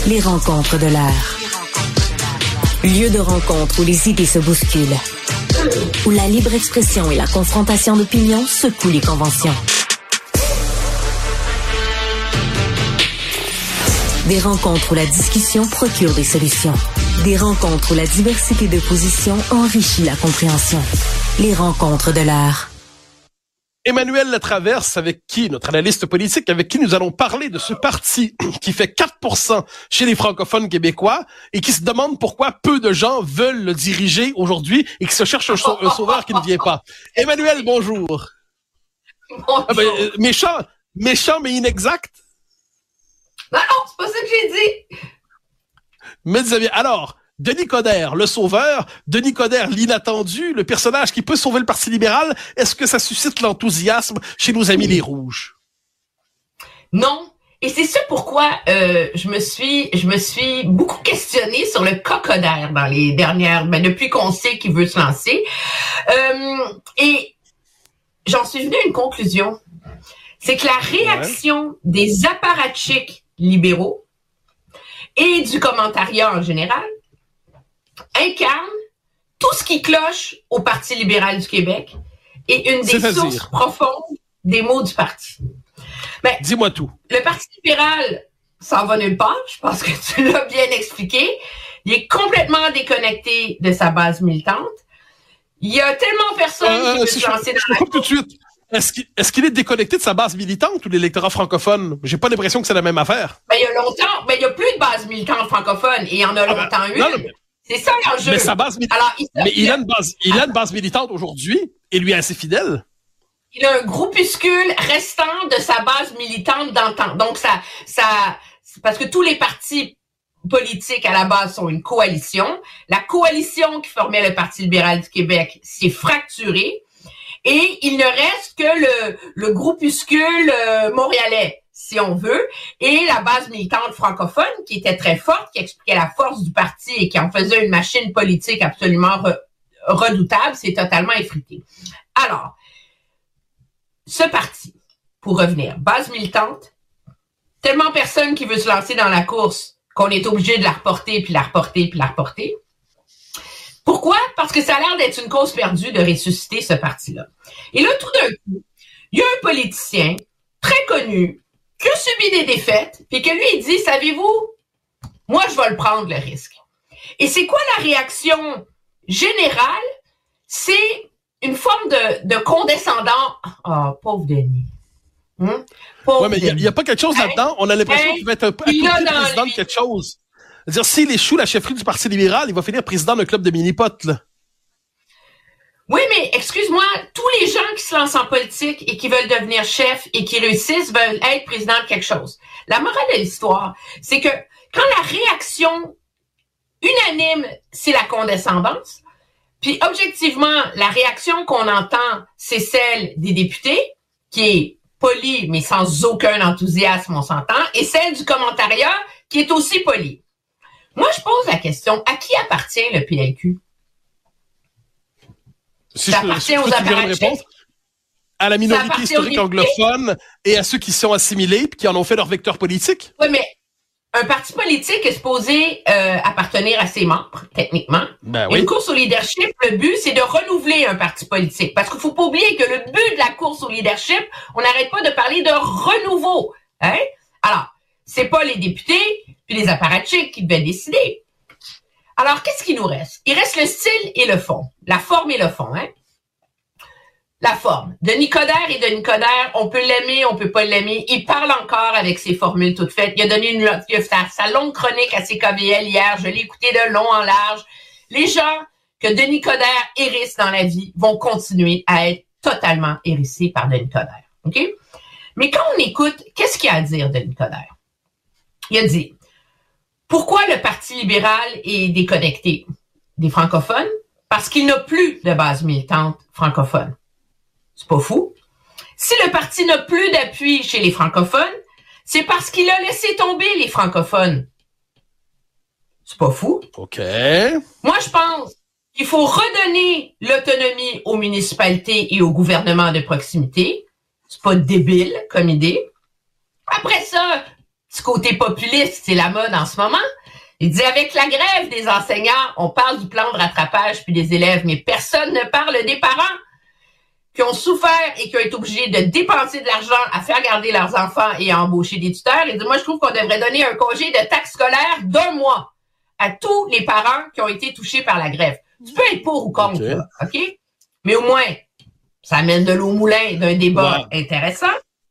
Les rencontres de l'heure. Lieu de rencontre où les idées se bousculent. Où la libre expression et la confrontation d'opinions secouent les conventions. Des rencontres où la discussion procure des solutions. Des rencontres où la diversité de positions enrichit la compréhension. Les rencontres de l'heure. Emmanuel Latraverse, avec qui, notre analyste politique, avec qui nous allons parler de ce parti qui fait 4% chez les francophones québécois et qui se demande pourquoi peu de gens veulent le diriger aujourd'hui et qui se cherche un sauveur qui ne vient pas. Emmanuel, bonjour. Bonjour. Méchant mais inexact. Non, c'est pas ça que j'ai dit. Mais Xavier, alors, Denis Coderre, le sauveur, Denis Coderre, l'inattendu, le personnage qui peut sauver le Parti libéral, est-ce que ça suscite l'enthousiasme chez nos amis les Rouges? Non. Et c'est ça pourquoi je me suis beaucoup questionnée sur le cas Coderre dans les dernières, depuis qu'on sait qu'il veut se lancer. Et j'en suis venue à une conclusion. C'est que la réaction des apparatchiks libéraux et du commentariat en général incarne tout ce qui cloche au Parti libéral du Québec et une des sources profondes des maux du parti. Mais dis-moi tout. Le Parti libéral s'en va nulle part, je pense que tu l'as bien expliqué. Il est complètement déconnecté de sa base militante. Il y a tellement personne qui veut se lancer dans la course. Tout de suite. Est-ce qu'il est déconnecté de sa base militante ou de l'électorat francophone? J'ai pas l'impression que c'est la même affaire. Il y a longtemps, il y a plus de base militante francophone et il y en a longtemps eu. C'est ça l'enjeu. Mais sa base militante. Il a une base militante aujourd'hui et lui est assez fidèle. Il a un groupuscule restant de sa base militante d'antan. Donc ça, parce que tous les partis politiques à la base sont une coalition. La coalition qui formait le Parti libéral du Québec s'est fracturée. Et il ne reste que le groupuscule montréalais, si on veut, et la base militante francophone qui était très forte, qui expliquait la force du parti et qui en faisait une machine politique absolument redoutable, c'est totalement effrité. Alors, ce parti, pour revenir, base militante, tellement personne qui veut se lancer dans la course qu'on est obligé de la reporter, puis la reporter, puis la reporter. Pourquoi? Parce que ça a l'air d'être une cause perdue de ressusciter ce parti-là. Et là, tout d'un coup, il y a un politicien très connu qui a subi des défaites, puis que lui, il dit, savez-vous, moi, je vais le prendre, le risque. Et c'est quoi la réaction générale? C'est une forme de condescendant. Ah, pauvre Denis. Ouais, mais il y a pas quelque chose là-dedans. On a l'impression qu'il va être un peu président de quelque chose. C'est-à-dire, s'il échoue la chefferie du Parti libéral, il va finir président d'un club de mini-potes, là. Oui, mais excuse-moi, tous les gens qui se lancent en politique et qui veulent devenir chef et qui réussissent veulent être président de quelque chose. La morale de l'histoire, c'est que quand la réaction unanime, c'est la condescendance, puis objectivement, la réaction qu'on entend, c'est celle des députés, qui est polie, mais sans aucun enthousiasme, on s'entend, et celle du commentariat, qui est aussi polie. Moi, je pose la question, à qui appartient le PLQ? Ça appartient aux apparatchiks. À la minorité historique anglophone et à ceux qui sont assimilés et qui en ont fait leur vecteur politique? Oui, mais un parti politique est supposé appartenir à ses membres, techniquement. Une course au leadership, le but, c'est de renouveler un parti politique. Parce qu'il faut pas oublier que le but de la course au leadership, on n'arrête pas de parler de renouveau. Hein? Alors, c'est pas les députés puis les apparatchiks qui devaient décider. Alors, qu'est-ce qui nous reste? Il reste le style et le fond. La forme et le fond, hein? La forme. Denis Coderre et Denis Coderre, on peut l'aimer, on peut pas l'aimer. Il parle encore avec ses formules toutes faites. Il a donné il a fait sa longue chronique à CKVL hier. Je l'ai écouté de long en large. Les gens que Denis Coderre hérisse dans la vie vont continuer à être totalement hérissés par Denis Coderre. OK? Mais quand on écoute, qu'est-ce qu'il y a à dire, Denis Coderre? Il a dit, pourquoi le Parti libéral est déconnecté des francophones? Parce qu'il n'a plus de base militante francophone. C'est pas fou. Si le parti n'a plus d'appui chez les francophones, c'est parce qu'il a laissé tomber les francophones. C'est pas fou. OK. Moi, je pense qu'il faut redonner l'autonomie aux municipalités et au gouvernement de proximité. C'est pas débile comme idée. Après ça, petit côté populiste, c'est la mode en ce moment. Il dit, avec la grève des enseignants, on parle du plan de rattrapage puis des élèves, mais personne ne parle des parents qui ont souffert et qui ont été obligés de dépenser de l'argent à faire garder leurs enfants et à embaucher des tuteurs. Il dit, moi, je trouve qu'on devrait donner un congé de taxe scolaire d'1 mois à tous les parents qui ont été touchés par la grève. Tu peux être pour ou contre, là, OK? Mais au moins, ça amène de l'eau au moulin d'un débat intéressant.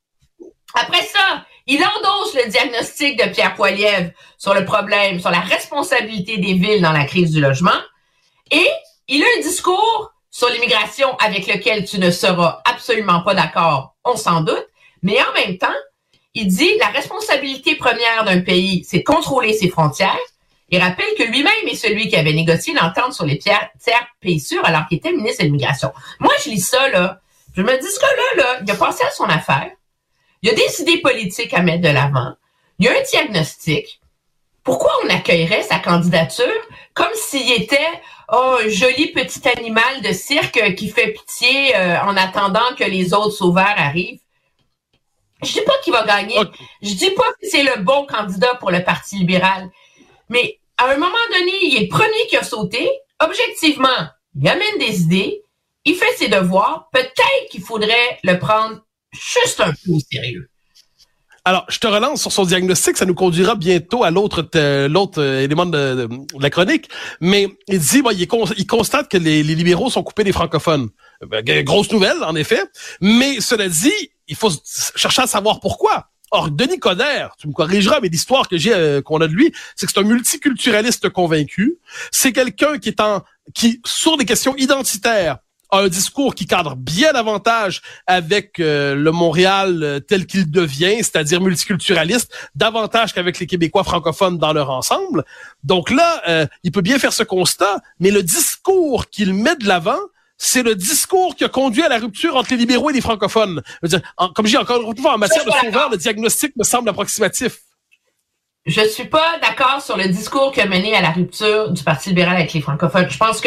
Après ça, il endosse le diagnostic de Pierre Poilievre sur le problème, sur la responsabilité des villes dans la crise du logement. Et il a un discours sur l'immigration avec lequel tu ne seras absolument pas d'accord, on s'en doute. Mais en même temps, il dit la responsabilité première d'un pays, c'est de contrôler ses frontières. Il rappelle que lui-même est celui qui avait négocié l'entente sur les tiers pays sûrs alors qu'il était ministre de l'immigration. Moi, je lis ça, là. Je me dis, ce gars-là, il a pensé à son affaire. Il y a des idées politiques à mettre de l'avant. Il y a un diagnostic. Pourquoi on accueillerait sa candidature comme s'il était un joli petit animal de cirque qui fait pitié en attendant que les autres sauveurs arrivent? Je dis pas qu'il va gagner. Okay. Je dis pas que c'est le bon candidat pour le Parti libéral. Mais à un moment donné, il est le premier qui a sauté. Objectivement, il amène des idées. Il fait ses devoirs. Peut-être qu'il faudrait le prendre juste un peu au sérieux. Alors, je te relance sur son diagnostic, ça nous conduira bientôt à l'autre élément de la chronique, mais il dit, il constate que les libéraux sont coupés des francophones. Grosse nouvelle, en effet, mais cela dit, il faut chercher à savoir pourquoi. Or, Denis Coderre, tu me corrigeras, mais l'histoire qu'on a de lui, c'est que c'est un multiculturaliste convaincu. C'est quelqu'un qui, sur des questions identitaires, a un discours qui cadre bien davantage avec le Montréal tel qu'il devient, c'est-à-dire multiculturaliste, davantage qu'avec les Québécois francophones dans leur ensemble. Donc là, il peut bien faire ce constat, mais le discours qu'il met de l'avant, c'est le discours qui a conduit à la rupture entre les libéraux et les francophones. Je veux dire, comme je dis encore une fois, en matière de sauveur, le diagnostic me semble approximatif. Je suis pas d'accord sur le discours qui a mené à la rupture du Parti libéral avec les francophones. Je pense que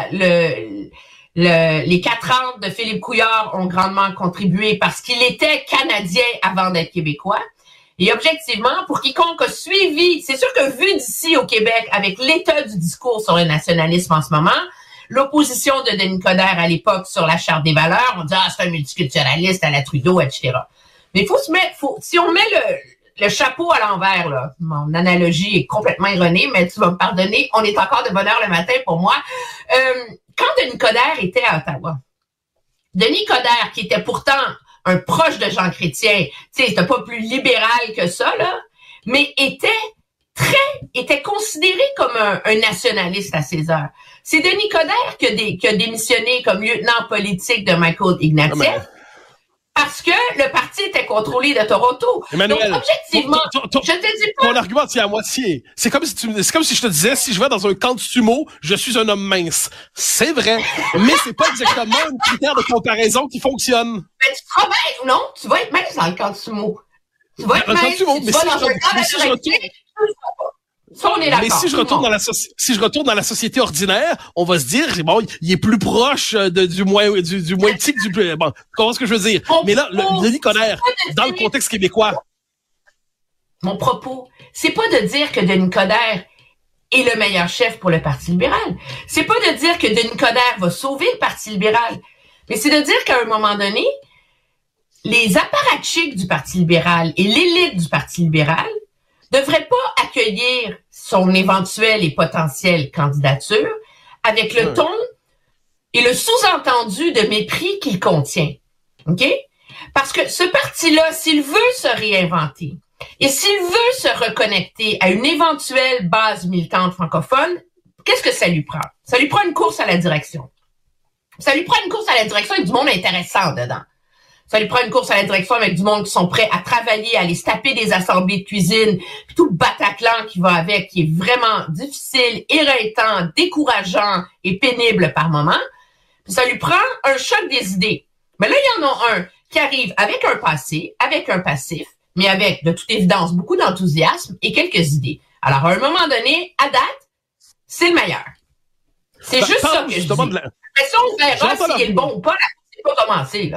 les 4 ans de Philippe Couillard ont grandement contribué parce qu'il était Canadien avant d'être Québécois. Et objectivement, pour quiconque a suivi, c'est sûr que vu d'ici au Québec, avec l'état du discours sur le nationalisme en ce moment, l'opposition de Denis Coderre à l'époque sur la Charte des valeurs, on dit « Ah, c'est un multiculturaliste à la Trudeau, etc. » Mais si on met le chapeau à l'envers, là, mon analogie est complètement erronée, mais tu vas me pardonner, on est encore de bonne heure le matin pour moi. Quand Denis Coderre était à Ottawa, Denis Coderre, qui était pourtant un proche de Jean Chrétien, tu sais, c'était pas plus libéral que ça, là, mais était considéré comme un nationaliste à ses heures. C'est Denis Coderre qui a démissionné comme lieutenant politique de Michael Ignatieff. Parce que le parti était contrôlé de Toronto. Emmanuel, donc, objectivement, je te dis pas... Ton argument tient à moitié. C'est comme si je te disais, si je vais dans un camp de sumo, je suis un homme mince. C'est vrai, mais c'est pas exactement un critère de comparaison qui fonctionne. Mais tu te remets, non? Tu vas être mince dans le camp de sumo. Tu vas être mince, mais si je retourne dans la société ordinaire, on va se dire bon, il est plus proche du moins éthique du plus bon, comment est-ce que je veux dire. Mais là, Denis Coderre, dans le contexte québécois. Mon propos, c'est pas de dire que Denis Coderre est le meilleur chef pour le Parti libéral. C'est pas de dire que Denis Coderre va sauver le Parti libéral. Mais c'est de dire qu'à un moment donné, les apparatchiks du Parti libéral et l'élite du Parti libéral devrait pas accueillir son éventuelle et potentielle candidature avec le ton et le sous-entendu de mépris qu'il contient. OK? Parce que ce parti-là, s'il veut se réinventer et s'il veut se reconnecter à une éventuelle base militante francophone, qu'est-ce que ça lui prend? Ça lui prend une course à la direction. Ça lui prend une course à la direction avec du monde intéressant dedans. Ça lui prend une course à la direction avec du monde qui sont prêts à travailler, à aller se taper des assemblées de cuisine, puis tout le Bataclan qui va avec, qui est vraiment difficile, éreintant, décourageant et pénible par moments. Puis ça lui prend un choc des idées. Mais là, il y en a un qui arrive avec un passé, avec un passif, mais avec, de toute évidence, beaucoup d'enthousiasme et quelques idées. Alors, à un moment donné, à date, c'est le meilleur. C'est juste ça que je dis. Après ça, on verra s'il est le bon ou pas. La course n'est pas commencée, là.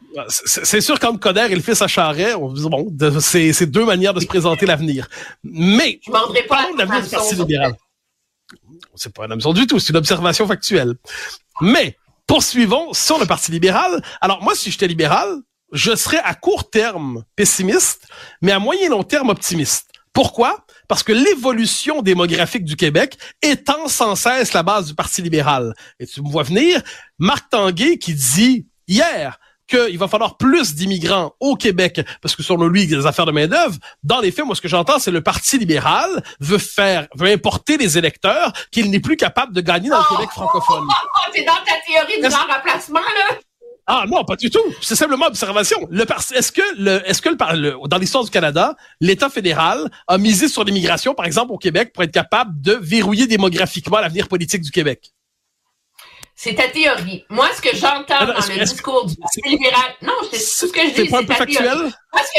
C'est sûr qu'entre Coderre et le fils à Charest, on dit, bon, c'est deux manières de se présenter l'avenir. Mais, parlons de l'avenir du Parti libéral. C'est pas une option du tout, c'est une observation factuelle. Mais, poursuivons sur le Parti libéral. Alors, moi, si j'étais libéral, je serais à court terme pessimiste, mais à moyen long terme optimiste. Pourquoi? Parce que l'évolution démographique du Québec étend sans cesse la base du Parti libéral. Et tu me vois venir, Marc Tanguay qui dit hier qu'il va falloir plus d'immigrants au Québec, parce que selon lui, il y a des affaires de main-d'œuvre. Dans les faits, moi, ce que j'entends, c'est le Parti libéral veut importer des électeurs qu'il n'est plus capable de gagner dans le Québec francophone. C'est dans ta théorie du grand remplacement, là? Ah non, pas du tout. C'est simplement observation. Est-ce que dans l'histoire du Canada, l'État fédéral a misé sur l'immigration, par exemple au Québec, pour être capable de verrouiller démographiquement l'avenir politique du Québec? C'est ta théorie. Moi, ce que j'entends dans le discours du Parti libéral, non, c'est tout ce que je dis, c'est ta théorie.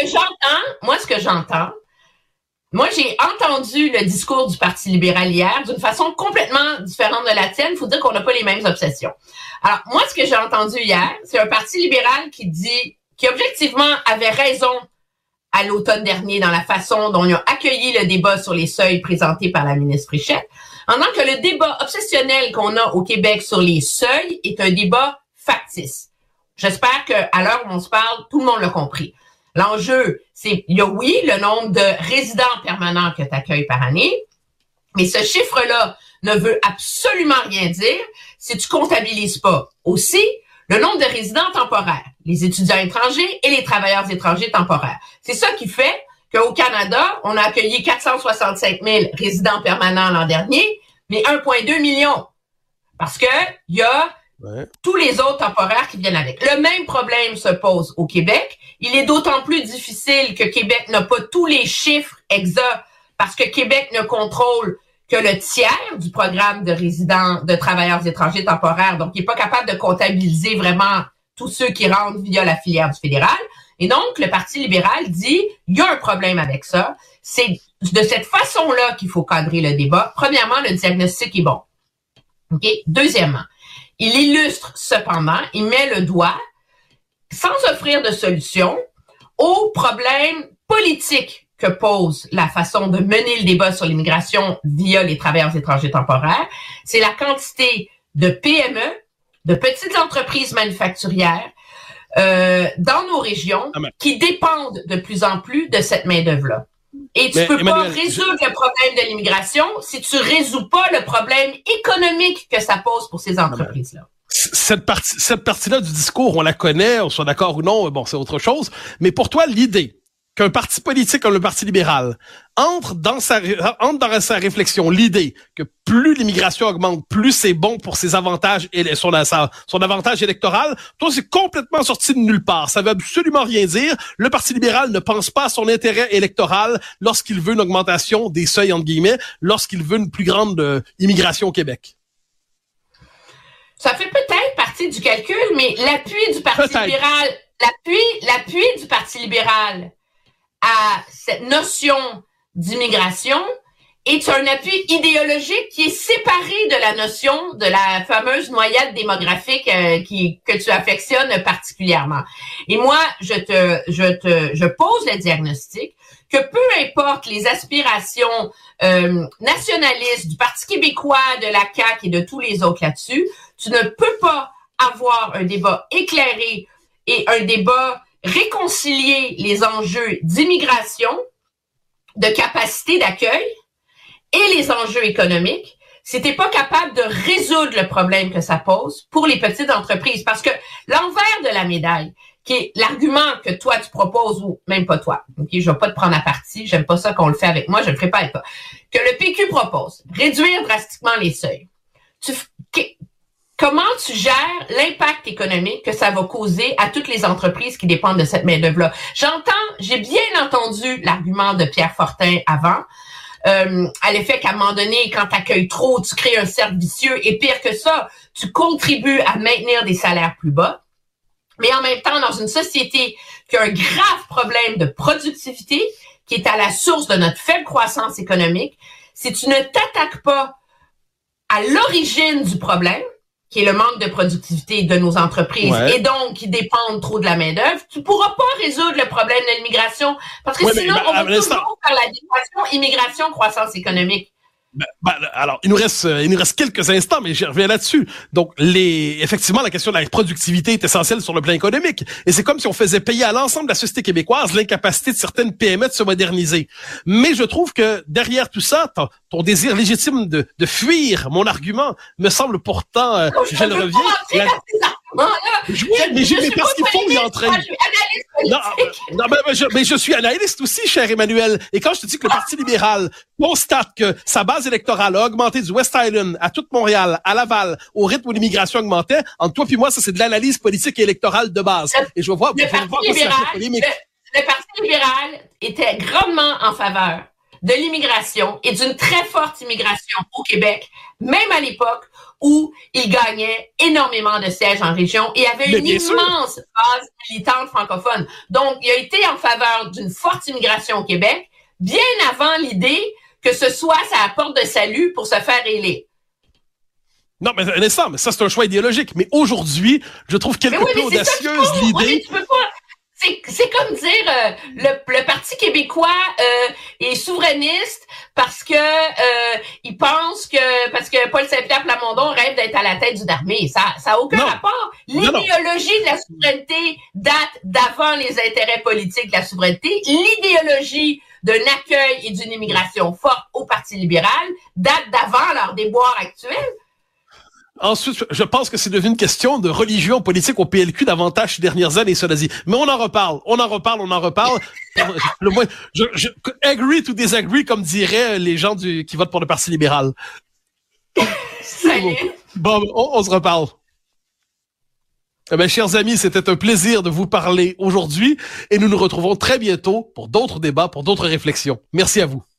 Moi, j'ai entendu le discours du Parti libéral hier d'une façon complètement différente de la tienne. Il faut dire qu'on n'a pas les mêmes obsessions. Alors, moi, ce que j'ai entendu hier, c'est un Parti libéral qui objectivement avait raison à l'automne dernier dans la façon dont ils ont accueilli le débat sur les seuils présenté par la ministre Frichette, en tant que le débat obsessionnel qu'on a au Québec sur les seuils est un débat factice. J'espère qu'à l'heure où on se parle, tout le monde l'a compris. L'enjeu, c'est, il y a oui, le nombre de résidents permanents que tu accueilles par année, mais ce chiffre-là ne veut absolument rien dire si tu comptabilises pas aussi le nombre de résidents temporaires, les étudiants étrangers et les travailleurs étrangers temporaires. C'est ça qui fait qu'au Canada, on a accueilli 465 000 résidents permanents l'an dernier, mais 1,2 million. Parce que il y a tous les autres temporaires qui viennent avec. Le même problème se pose au Québec. Il est d'autant plus difficile que Québec n'a pas tous les chiffres exacts parce que Québec ne contrôle que le tiers du programme de résidents, de travailleurs étrangers temporaires. Donc, il n'est pas capable de comptabiliser vraiment tous ceux qui rentrent via la filière du fédéral. Et donc, le Parti libéral dit, il y a un problème avec ça. C'est de cette façon-là qu'il faut cadrer le débat. Premièrement, le diagnostic est bon. OK? Deuxièmement, il illustre cependant, il met le doigt, sans offrir de solution, aux problèmes politiques que pose la façon de mener le débat sur l'immigration via les travailleurs étrangers temporaires. C'est la quantité de PME, de petites entreprises manufacturières, dans nos régions qui dépendent de plus en plus de cette main-d'œuvre-là. Et tu peux pas résoudre le problème de l'immigration si tu résous pas le problème économique que ça pose pour ces entreprises-là. Cette partie-là du discours, on la connaît, on soit d'accord ou non, bon, c'est autre chose. Mais pour toi, l'idée qu'un parti politique comme le Parti libéral entre dans sa réflexion l'idée que plus l'immigration augmente, plus c'est bon pour ses avantages et son avantage électoral, toi, c'est complètement sorti de nulle part. Ça veut absolument rien dire. Le Parti libéral ne pense pas à son intérêt électoral lorsqu'il veut une augmentation des seuils, entre guillemets, lorsqu'il veut une plus grande immigration au Québec. Ça fait peut-être partie du calcul, mais l'appui du Parti libéral, l'appui du Parti libéral à cette notion d'immigration est un appui idéologique qui est séparé de la notion de la fameuse noyade démographique que tu affectionnes particulièrement. Et moi, je pose le diagnostic que peu importe les aspirations nationalistes du Parti québécois, de la CAQ et de tous les autres là-dessus, tu ne peux pas avoir un débat éclairé et un débat réconcilier les enjeux d'immigration, de capacité d'accueil et les enjeux économiques si t'es pas capable de résoudre le problème que ça pose pour les petites entreprises. Parce que l'envers de la médaille, qui est l'argument que toi tu proposes, ou même pas toi, ok, je vais pas te prendre à partie, j'aime pas ça qu'on le fait avec moi, je le ferai pas avec toi, que le PQ propose, réduire drastiquement les seuils. Comment tu gères l'impact économique que ça va causer à toutes les entreprises qui dépendent de cette main-d'œuvre-là? J'ai bien entendu l'argument de Pierre Fortin avant, à l'effet qu'à un moment donné, quand tu accueilles trop, tu crées un cercle vicieux, et pire que ça, tu contribues à maintenir des salaires plus bas. Mais en même temps, dans une société qui a un grave problème de productivité, qui est à la source de notre faible croissance économique, si tu ne t'attaques pas à l'origine du problème, qui est le manque de productivité de nos entreprises et donc qui dépendent trop de la main-d'œuvre, tu pourras pas résoudre le problème de l'immigration parce que sinon on va toujours faire l'adéquation immigration-croissance économique. Alors, il nous reste quelques instants, mais je reviens là-dessus. Donc, effectivement, la question de la productivité est essentielle sur le plan économique. Et c'est comme si on faisait payer à l'ensemble de la société québécoise l'incapacité de certaines PME de se moderniser. Mais je trouve que derrière tout ça, ton désir légitime de fuir mon argument me semble pourtant, je le reviens. Mais parce qu'il faut y entrer. Mais je suis analyste aussi, cher Emmanuel. Et quand je te dis que le Parti libéral constate que sa base électorale a augmenté du West Island à toute Montréal, à Laval, au rythme où l'immigration augmentait, entre toi et moi, ça c'est de l'analyse politique et électorale de base. Et je vais voir, le Parti libéral était grandement en faveur de l'immigration et d'une très forte immigration au Québec, même à l'époque où il gagnait énormément de sièges en région et avait une immense base militante francophone. Donc, il a été en faveur d'une forte immigration au Québec, bien avant l'idée que ce soit sa porte de salut pour se faire élire. Non, mais ça, c'est un choix idéologique. Mais aujourd'hui, je trouve quelque peu audacieuse l'idée... C'est comme dire le Parti québécois est souverainiste parce que il pense que parce que Paul Saint-Pierre Plamondon rêve d'être à la tête d'une armée. Ça a aucun rapport. L'idéologie de la souveraineté date d'avant les intérêts politiques de la souveraineté. L'idéologie d'un accueil et d'une immigration forte au Parti libéral date d'avant leur déboire actuel. Ensuite, je pense que c'est devenu une question de religion politique au PLQ davantage ces dernières années, cela dit. Mais on en reparle. Le moins, je agree to disagree, comme diraient les gens qui votent pour le Parti libéral. Salut. Bon, on se reparle. Eh bien, chers amis, c'était un plaisir de vous parler aujourd'hui et nous nous retrouvons très bientôt pour d'autres débats, pour d'autres réflexions. Merci à vous.